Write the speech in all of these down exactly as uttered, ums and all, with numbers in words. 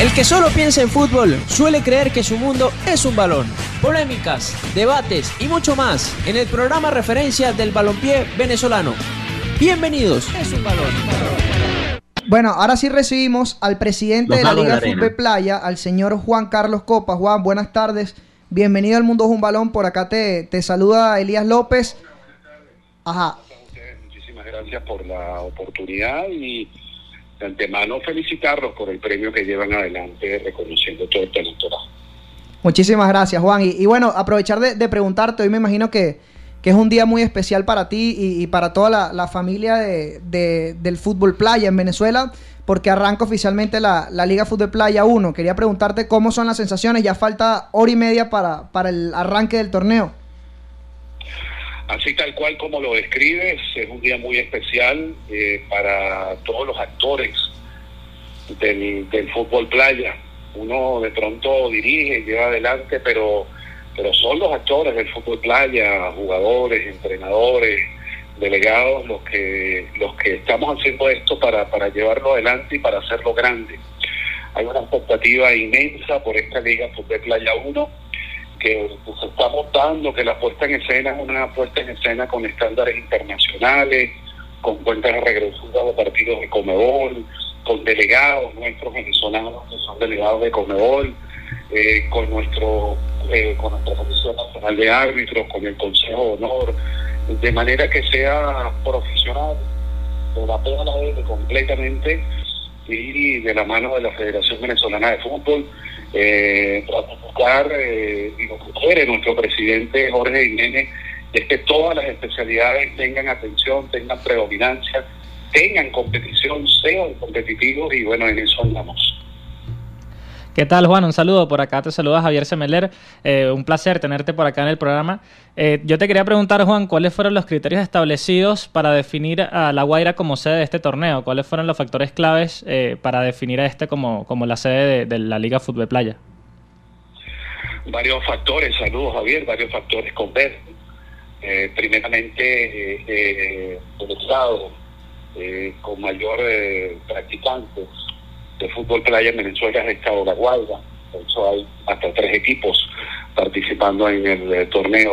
El que solo piensa en fútbol suele creer que su mundo es un balón. Polémicas, debates y mucho más en el programa referencia del balompié venezolano. Bienvenidos, es un balón. Bueno, ahora sí recibimos al presidente de la Liga de Fútbol Playa, al señor Juan Carlos Copa. Juan, buenas tardes. Bienvenido al Mundo es un Balón. Por acá te, te saluda Elías López. Ajá. Muchísimas gracias por la oportunidad y de antemano felicitarlos por el premio que llevan adelante reconociendo todo el talento. Muchísimas gracias, Juan. Y, y bueno, aprovechar de, de preguntarte, hoy me imagino que, que es un día muy especial para ti y, y para toda la, la familia de, de, del fútbol playa en Venezuela, porque arranca oficialmente la, la Liga Fútbol Playa uno. Quería preguntarte cómo son las sensaciones. Ya falta hora y media para, para el arranque del torneo. Así tal cual como lo describes, es un día muy especial eh, para todos los actores del, del fútbol playa. Uno de pronto dirige, lleva adelante, pero pero son los actores del fútbol playa, jugadores, entrenadores, delegados, los que los que estamos haciendo esto para, para llevarlo adelante y para hacerlo grande. Hay una expectativa inmensa por esta Liga Fútbol Playa uno, que se está montando, que la puesta en escena es una puesta en escena con estándares internacionales, con cuentas regresivas de partidos de Conmebol, con delegados nuestros venezolanos que son delegados de Conmebol, eh, con nuestro eh, con nuestra Comisión Nacional de Árbitros, con el Consejo de Honor, de manera que sea profesional, de la P L A completamente y de la mano de la Federación Venezolana de Fútbol, eh, ratificar eh, y lo que quiere nuestro presidente Jorge Jiménez es que todas las especialidades tengan atención, tengan predominancia, tengan competición, sean competitivos y bueno, en eso andamos. ¿Qué tal, Juan? Un saludo. Por acá te saluda Javier Semeler. Eh, un placer tenerte por acá en el programa. Eh, yo te quería preguntar, Juan, ¿cuáles fueron los criterios establecidos para definir a La Guaira como sede de este torneo? ¿Cuáles fueron los factores claves eh, para definir a este como, como la sede de, de la Liga Fútbol Playa? Varios factores, saludos Javier, varios factores convergen. Eh, primeramente, eh, eh, el Estado eh, con mayor eh, practicantes de fútbol playa en Venezuela es el Estado de La Guaira. De hecho, hay hasta tres equipos participando en el eh, torneo.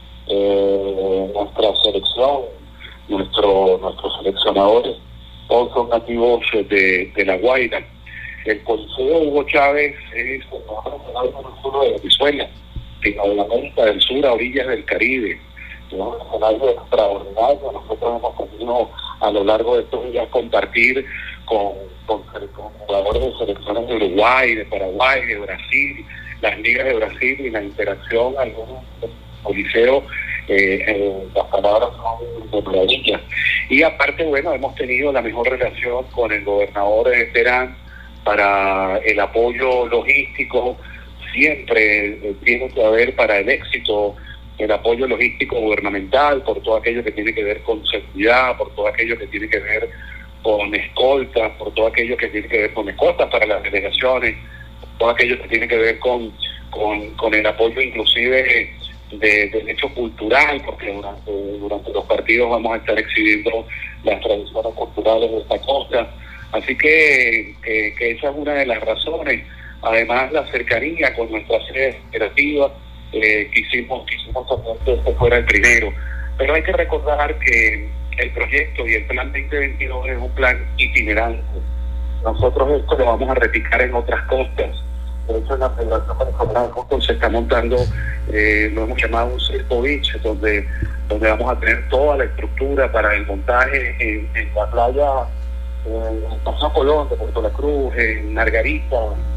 Eh, nuestra selección, nuestro, nuestros seleccionadores, todos son nativos de, de La Guaira. El Coliseo Hugo Chávez es no solo de Venezuela, sino de América del Sur a orillas del Caribe. Es un escenario extraordinario. Nosotros hemos tenido a lo largo de estos días compartir con, con, con jugadores de selecciones de Uruguay, de Paraguay, de Brasil, las ligas de Brasil y la interacción al Coliseo, eh, eh, las palabras son de maravilla. Y aparte, bueno, hemos tenido la mejor relación con el gobernador de Terán para el apoyo logístico. Siempre eh, tiene que haber para el éxito el apoyo logístico gubernamental por todo aquello que tiene que ver con seguridad, por todo aquello que tiene que ver con escoltas, por todo aquello que tiene que ver con escoltas para las delegaciones, por todo aquello que tiene que ver con, con, con el apoyo inclusive de derecho cultural, porque durante, durante los partidos vamos a estar exhibiendo las tradiciones culturales de esta costa. Así que, que, que esa es una de las razones. Además, la cercanía con nuestra sede operativa, eh, quisimos, quisimos también que este fuera el primero. Pero hay que recordar que el proyecto y el plan veinte veintidós es un plan itinerante. Nosotros esto lo vamos a replicar en otras costas. De hecho, en la Federación Venezolana de Fútbol se está montando, eh, lo hemos llamado un Circo Beach, donde, donde vamos a tener toda la estructura para el montaje en, en la playa, en Paseo Colón de Puerto La Cruz, en Margarita,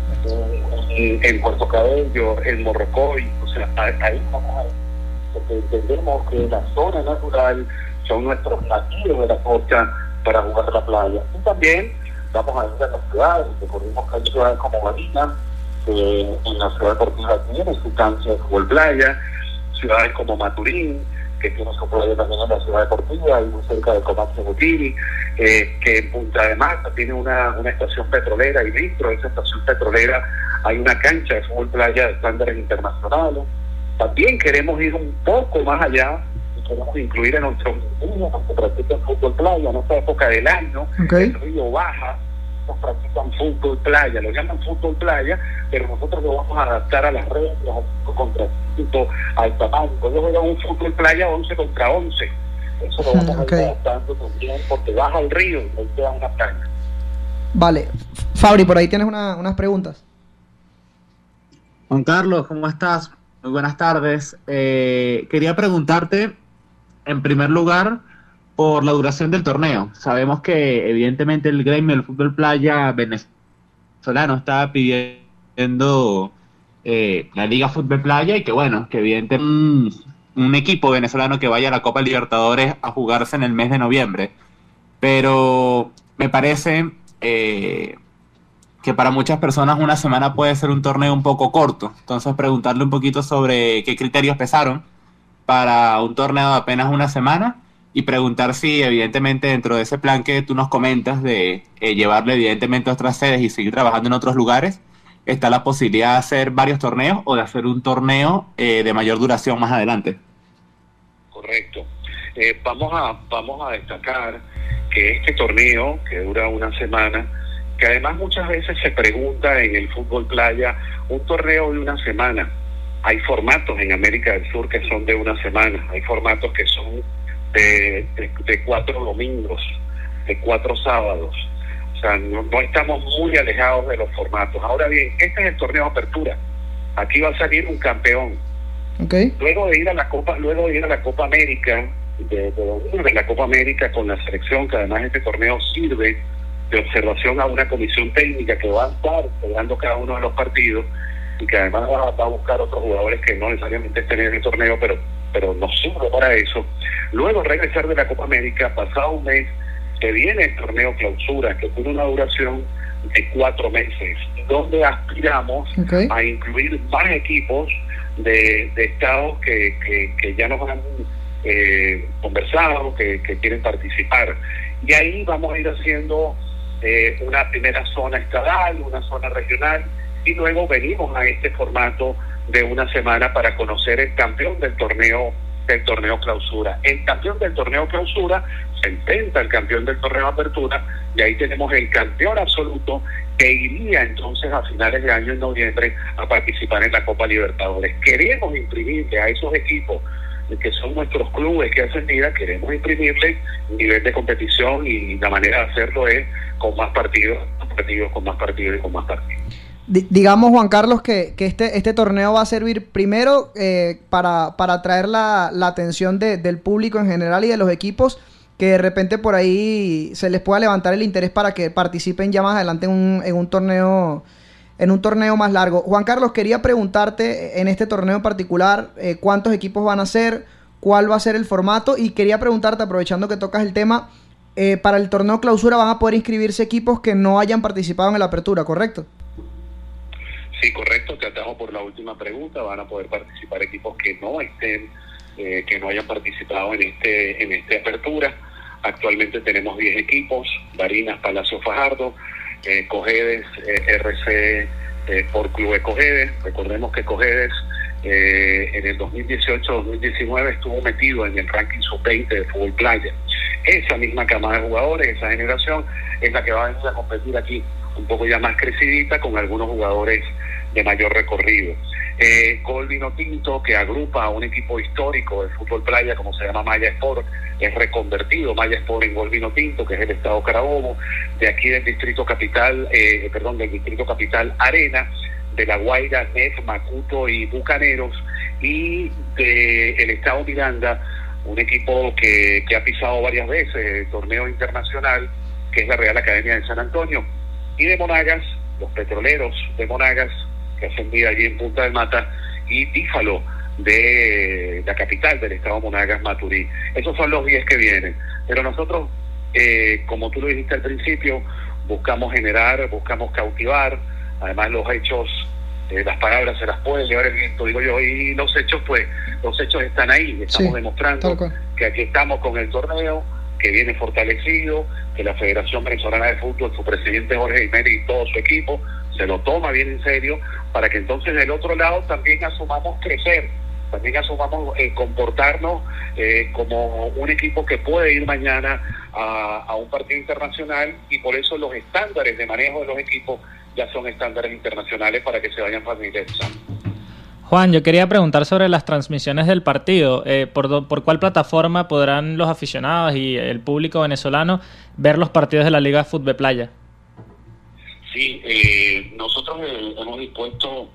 en, en Puerto Cabello, en Morrocoy. O sea, ahí vamos a ir, porque entendemos que la zona natural son nuestros nativos de la costa para jugar la playa. Y también vamos a ir a las ciudades, recordemos que hay ciudades como Marina, que en la ciudad deportiva tiene su cancha de fútbol playa, ciudades como Maturín, que tiene su playa también en la ciudad deportiva, y muy cerca de Comache Butini, eh, que en Punta de Mata tiene una, una estación petrolera, y dentro de esa estación petrolera hay una cancha de fútbol playa de estándares internacionales. También queremos ir un poco más allá y queremos incluir a nuestros niños que practican fútbol playa en esta época del año. Okay. El río baja, practican fútbol playa, lo llaman fútbol playa, pero nosotros lo vamos a adaptar a las reglas, al cinco contra cinco, al tamaño. Ellos juegan un fútbol playa once contra once. Eso lo vamos okay. a ir adaptando también, porque vas al río y ahí te dan una playa. Vale. Fabri, por ahí tienes una, unas preguntas. Juan Carlos, ¿cómo estás? Muy buenas tardes. Eh, quería preguntarte, en primer lugar, por la duración del torneo. Sabemos que evidentemente el gremio del fútbol playa venezolano está pidiendo eh, la Liga Fútbol Playa y que bueno, que evidentemente un, un equipo venezolano que vaya a la Copa Libertadores a jugarse en el mes de noviembre. Pero me parece eh, que para muchas personas una semana puede ser un torneo un poco corto. Entonces preguntarle un poquito sobre qué criterios pesaron para un torneo de apenas una semana y preguntar si evidentemente dentro de ese plan que tú nos comentas de eh, llevarle evidentemente a otras sedes y seguir trabajando en otros lugares, está la posibilidad de hacer varios torneos o de hacer un torneo eh, de mayor duración más adelante. Correcto. Eh, vamos a vamos a destacar que este torneo, que dura una semana, que además muchas veces se pregunta en el fútbol playa, un torneo de una semana. Hay formatos en América del Sur que son de una semana, hay formatos que son De, de, de cuatro domingos, de cuatro sábados. O sea, no, no estamos muy alejados de los formatos. Ahora bien, este es el torneo de apertura. Aquí va a salir un campeón. Okay. Luego de ir a la Copa, luego de ir a la Copa América, de, de, de la Copa América con la selección, que además este torneo sirve de observación a una comisión técnica que va a estar pegando cada uno de los partidos y que además va, va a buscar otros jugadores que no necesariamente estén en el torneo, pero pero nos sirve para eso. Luego regresar de la Copa América, pasado un mes, que viene el torneo clausura, que tiene una duración de cuatro meses, donde aspiramos okay. a incluir más equipos de, de estados que, que, que ya nos han eh, conversado, que, que quieren participar. Y ahí vamos a ir haciendo eh, una primera zona estadal, una zona regional, y luego venimos a este formato de una semana para conocer el campeón del torneo del torneo clausura. El campeón del torneo clausura se enfrenta al campeón del torneo apertura y ahí tenemos el campeón absoluto que iría entonces a finales de año en noviembre a participar en la Copa Libertadores. Queremos imprimirle a esos equipos que son nuestros clubes que hacen vida, queremos imprimirle un nivel de competición y la manera de hacerlo es con más partidos, más partidos, con más partidos y con más partidos. Digamos, Juan Carlos, que, que este, este torneo va a servir primero eh, para, para atraer la, la atención de, del público en general y de los equipos, que de repente por ahí se les pueda levantar el interés para que participen ya más adelante en un, en un torneo en un torneo más largo. Juan Carlos, quería preguntarte en este torneo en particular eh, cuántos equipos van a ser, cuál va a ser el formato, y quería preguntarte, aprovechando que tocas el tema, eh, para el torneo clausura van a poder inscribirse equipos que no hayan participado en la apertura, ¿correcto? Sí, correcto, te atajo por la última pregunta. Van a poder participar equipos que no estén, eh, que no hayan participado en este en esta apertura. Actualmente tenemos diez equipos: Barinas, Palacio Fajardo, eh, Cojedes, eh, R C eh, por Club Cojedes. Recordemos que Cojedes eh, en el dos mil dieciocho dos mil diecinueve estuvo metido en el ranking sub veinte de fútbol playa. Esa misma camada de jugadores, esa generación, es la que va a venir a competir aquí un poco ya más crecidita, con algunos jugadores de mayor recorrido. Eh, Gol Vino Tinto, que agrupa a un equipo histórico de fútbol playa como se llama Maya Sport, es reconvertido Maya Sport en Gol Vino Tinto, que es el estado Carabobo, de aquí del distrito capital, eh, perdón, del distrito capital Arena, de La Guaira, Nef, Macuto y Bucaneros, y de el estado Miranda, un equipo que, que ha pisado varias veces el torneo internacional, que es la Real Academia de San Antonio, y de Monagas, los Petroleros de Monagas, que hacen vida allí en Punta del Mata, y Tífalo de la capital del estado Monagas, Maturí. Esos son los diez que vienen. Pero nosotros, eh, como tú lo dijiste al principio, buscamos generar, buscamos cautivar. Además, los hechos, eh, las palabras se las puede llevar el viento, digo yo, y los hechos, pues, los hechos están ahí. Estamos sí, demostrando que aquí estamos con el torneo, que viene fortalecido, que la Federación Venezolana de Fútbol, su presidente Jorge Jiménez y todo su equipo se lo toma bien en serio, para que entonces del otro lado también asumamos crecer, también asumamos eh, comportarnos eh, como un equipo que puede ir mañana a, a un partido internacional, y por eso los estándares de manejo de los equipos ya son estándares internacionales para que se vayan familiarizando. Juan, yo quería preguntar sobre las transmisiones del partido. Eh, ¿por, do, ¿Por cuál plataforma podrán los aficionados y el público venezolano ver los partidos de la Liga Fútbol Playa? Sí, eh, nosotros eh, hemos dispuesto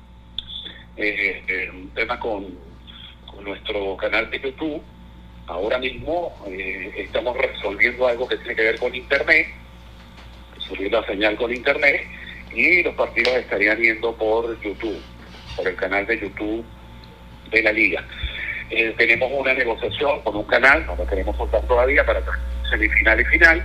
eh, eh, un tema con, con nuestro canal de YouTube. Ahora mismo eh, estamos resolviendo algo que tiene que ver con Internet, resolviendo la señal con Internet, y los partidos estarían yendo por YouTube, por el canal de YouTube de la Liga. Eh, tenemos una negociación con un canal, no lo queremos soltar todavía, para semifinal y final.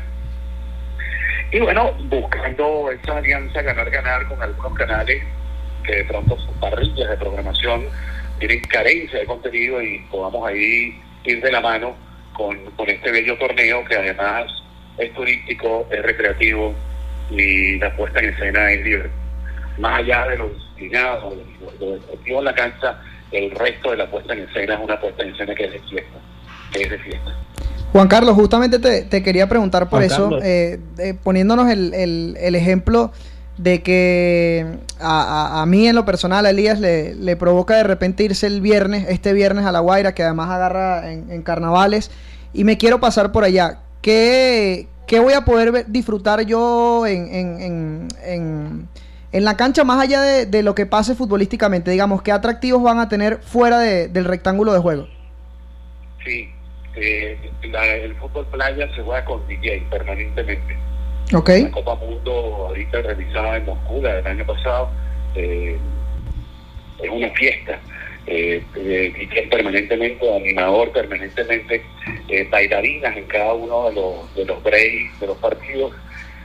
Y bueno, buscando esa alianza ganar-ganar con algunos canales que de pronto sus parrillas de programación tienen carencia de contenido, y podamos ahí ir de la mano con, con este bello torneo, que además es turístico, es recreativo, y la puesta en escena es libre. Más allá de los lineados, de lo deportivo en la cancha, el resto de la puesta en escena es una puesta en escena que es de fiesta, que es de fiesta. Juan Carlos, justamente te, te quería preguntar por Juan eso, eh, eh, poniéndonos el, el, el ejemplo de que a, a, a mí en lo personal, a Elías, le, le provoca de repente irse el viernes, este viernes a La Guaira, que además agarra en, en carnavales, y me quiero pasar por allá. ¿Qué, qué voy a poder ver, disfrutar yo en, en, en, en, en la cancha, más allá de, de lo que pase futbolísticamente? Digamos, ¿qué atractivos van a tener fuera de, del rectángulo de juego? Sí. Eh, la, el fútbol playa se juega con D J permanentemente. Okay. La Copa Mundo ahorita realizada en Moscú, la del año pasado, eh, es una fiesta. Eh, eh, D J permanentemente, animador permanentemente, eh, bailarinas en cada uno de los, de los breaks de los partidos,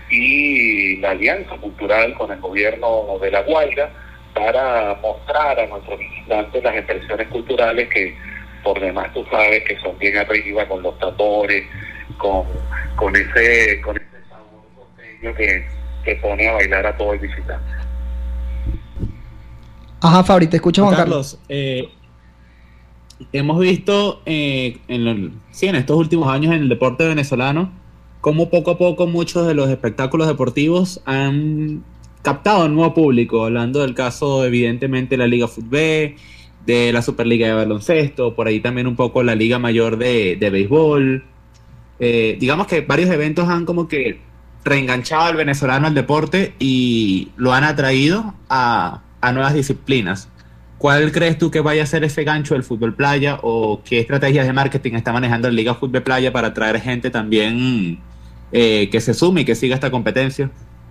y la alianza cultural con el gobierno de La Guaira para mostrar a nuestros visitantes las expresiones culturales que por demás tú sabes que son bien arriba, con los tambores, con, con ese con ese sabor costeño que, que pone a bailar a todo el visitante. Ajá, Fabri, te escucho, Juan Carlos. Carlos. Eh, hemos visto eh, en, lo, sí, en estos últimos años en el deporte venezolano cómo poco a poco muchos de los espectáculos deportivos han captado un nuevo público, hablando del caso evidentemente de la Liga Fútbol, de la Superliga de Baloncesto, por ahí también un poco la Liga Mayor de, de Béisbol. Eh, digamos que varios eventos han como que reenganchado al venezolano al deporte y lo han atraído a, a nuevas disciplinas. ¿Cuál crees tú que vaya a ser ese gancho del fútbol playa, o qué estrategias de marketing está manejando la Liga Fútbol Playa para atraer gente también eh, que se sume y que siga esta competencia?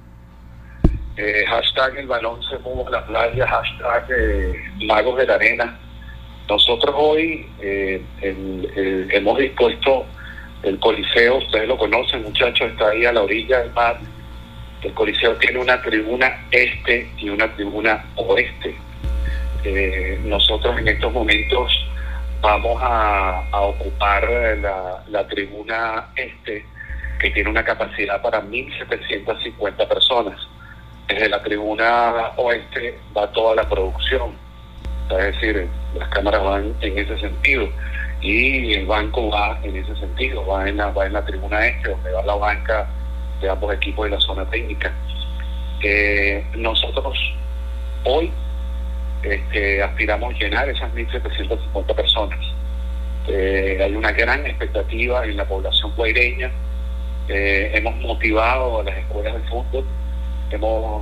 Eh, hashtag el balón se mueve a la playa, hashtag eh, magos de la arena. Nosotros hoy eh, el, el, hemos dispuesto el Coliseo, ustedes lo conocen, muchachos, está ahí a la orilla del mar. El Coliseo tiene una tribuna este y una tribuna oeste. Eh, nosotros en estos momentos vamos a, a ocupar la, la tribuna este, que tiene una capacidad para mil setecientas cincuenta personas. Desde la tribuna oeste va toda la producción, es decir, las cámaras van en ese sentido, y el banco va en ese sentido, va en la, va en la tribuna este, donde va la banca de ambos equipos de la zona técnica. Eh, nosotros hoy este, aspiramos a llenar esas mil setecientas cincuenta personas. Eh, hay una gran expectativa en la población guaireña. Eh, hemos motivado a las escuelas de fútbol, hemos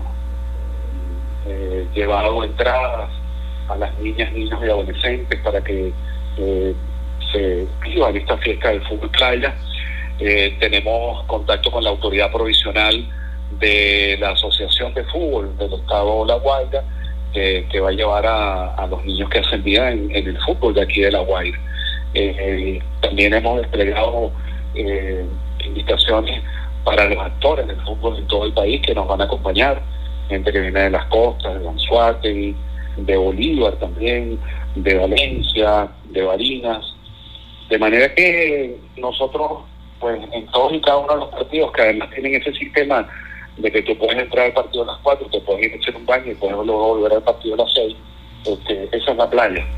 eh, llevado entradas a las niñas, niños y adolescentes para que eh, se vivan esta fiesta del fútbol playa. Eh, tenemos contacto con la autoridad provisional de la Asociación de Fútbol del Estado La Guaira, eh, que va a llevar a, a los niños que hacen vida en, en el fútbol de aquí de La Guaira. Eh, eh, también hemos desplegado eh, invitaciones para los actores del fútbol en todo el país que nos van a acompañar, gente que viene de las costas, de Anzoátegui, de Bolívar también, de Valencia, de Barinas, de manera que nosotros, pues en todos y cada uno de los partidos, que además tienen ese sistema de que tú puedes entrar al partido a las cuatro, te puedes ir a hacer un baño y puedes luego volver al partido a las seis, este, esa es la playa.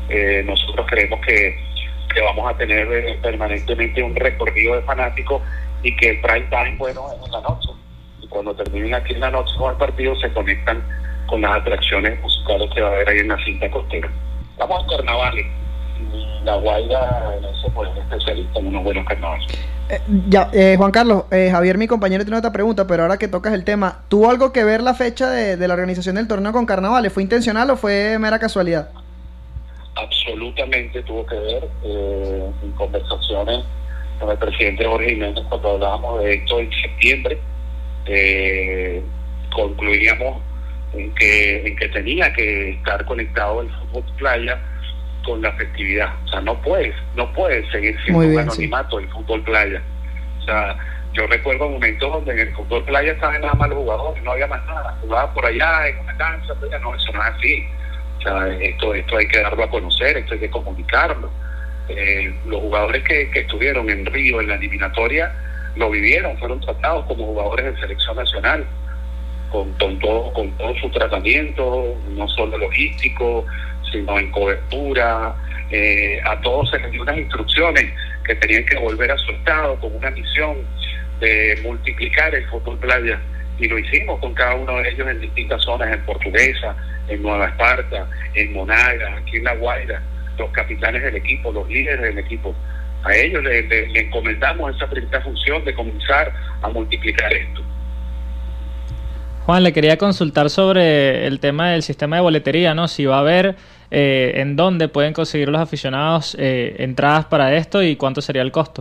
Eh, nosotros creemos que, que vamos a tener eh, permanentemente un recorrido de fanáticos y que el prime time, bueno, es en la noche. Y cuando terminen aquí en la noche con el partido, se conectan con las atracciones musicales que va a haber ahí en la cinta costera. Vamos a carnavales. Y La Guaira en eso pues es especialista en unos buenos carnavales. Eh, ya, eh, Juan Carlos, eh, Javier, mi compañero, tiene otra pregunta, pero ahora que tocas el tema, ¿tuvo algo que ver la fecha de, de la organización del torneo con carnavales? ¿Fue intencional o fue mera casualidad? Absolutamente tuvo que ver, eh, en conversaciones con el presidente Jorge Jiménez, cuando hablábamos de esto en septiembre, eh, concluíamos en que, en que tenía que estar conectado el fútbol playa con la festividad. O sea, no puedes, no puedes seguir siendo Muy bien, un anonimato, sí, el fútbol playa. O sea, yo recuerdo momentos donde en el fútbol playa estaban nada más los jugadores, no había más nada, jugaban por allá en una cancha, pero no, eso no es así. O sea, esto, esto hay que darlo a conocer, esto hay que comunicarlo. Eh, los jugadores que, que estuvieron en Río en la eliminatoria lo vivieron, fueron tratados como jugadores de selección nacional, con, con todo, con todo su tratamiento, no solo logístico, sino en cobertura. Eh, a todos se les dio unas instrucciones que tenían que volver a su estado con una misión de multiplicar el fútbol playa, y lo hicimos con cada uno de ellos en distintas zonas, en Portuguesa, en Nueva Esparta, en Monagas, aquí en La Guaira, los capitanes del equipo, los líderes del equipo. A ellos le, le, le encomendamos esa primera función de comenzar a multiplicar esto. Juan, le quería consultar sobre el tema del sistema de boletería, ¿no? Si va a haber, eh, en dónde pueden conseguir los aficionados eh, entradas para esto y cuánto sería el costo.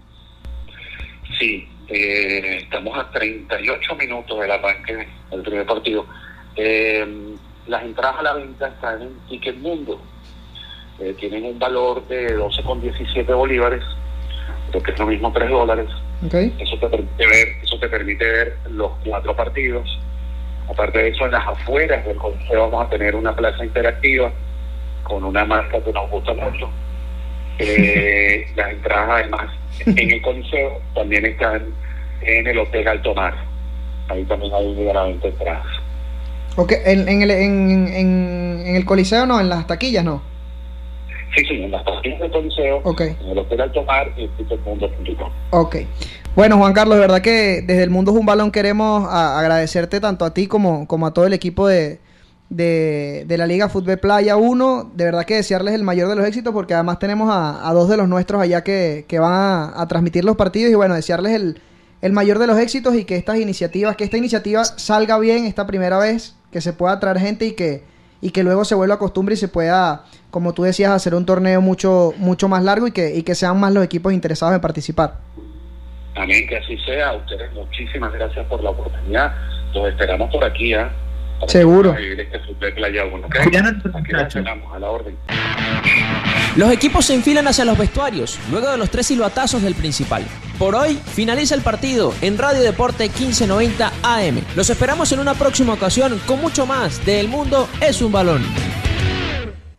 Sí, eh, estamos a treinta y ocho minutos del arranque del primer partido. Eh, las entradas a la venta están en Ticket Mundo. Eh, tienen un valor de doce con diecisiete bolívares, lo que es lo mismo tres dólares. Okay. Eso te permite ver, eso te permite ver los cuatro partidos. Aparte de eso, en las afueras del Coliseo vamos a tener una plaza interactiva con una marca que nos gusta mucho. Eh, las entradas, además, en el Coliseo también están en el Hotel Alto Mar. Ahí también hay a la venta entradas. Okay. ¿En, en, el, en, en, en el Coliseo no? ¿En las taquillas no? Sí, sí, en las taquillas del Coliseo, okay, en el Hotel Alto Mar y en ticketmundo punto com. Ok. Bueno, Juan Carlos, de verdad que desde El Mundo es un Balón queremos a, agradecerte tanto a ti como, como a todo el equipo de, de, de la Liga Fútbol Playa uno. De verdad que desearles el mayor de los éxitos, porque además tenemos a, a dos de los nuestros allá que, que van a, a transmitir los partidos. Y bueno, desearles el, el mayor de los éxitos y que estas iniciativas, que esta iniciativa salga bien esta primera vez, que se pueda traer gente y que, y que luego se vuelva costumbre y se pueda, como tú decías, hacer un torneo mucho, mucho más largo y que, y que sean más los equipos interesados en participar. Amén, que así sea. A ustedes muchísimas gracias por la oportunidad. Los esperamos por aquí, ¿eh? Seguro. Vivir este Fútbol Playa uno, ¿okay? Aquí los esperamos, a la orden. Los equipos se enfilan hacia los vestuarios, luego de los tres silbatazos del principal. Por hoy, finaliza el partido en Radio Deporte quince noventa A M. Los esperamos en una próxima ocasión con mucho más de El Mundo es un Balón.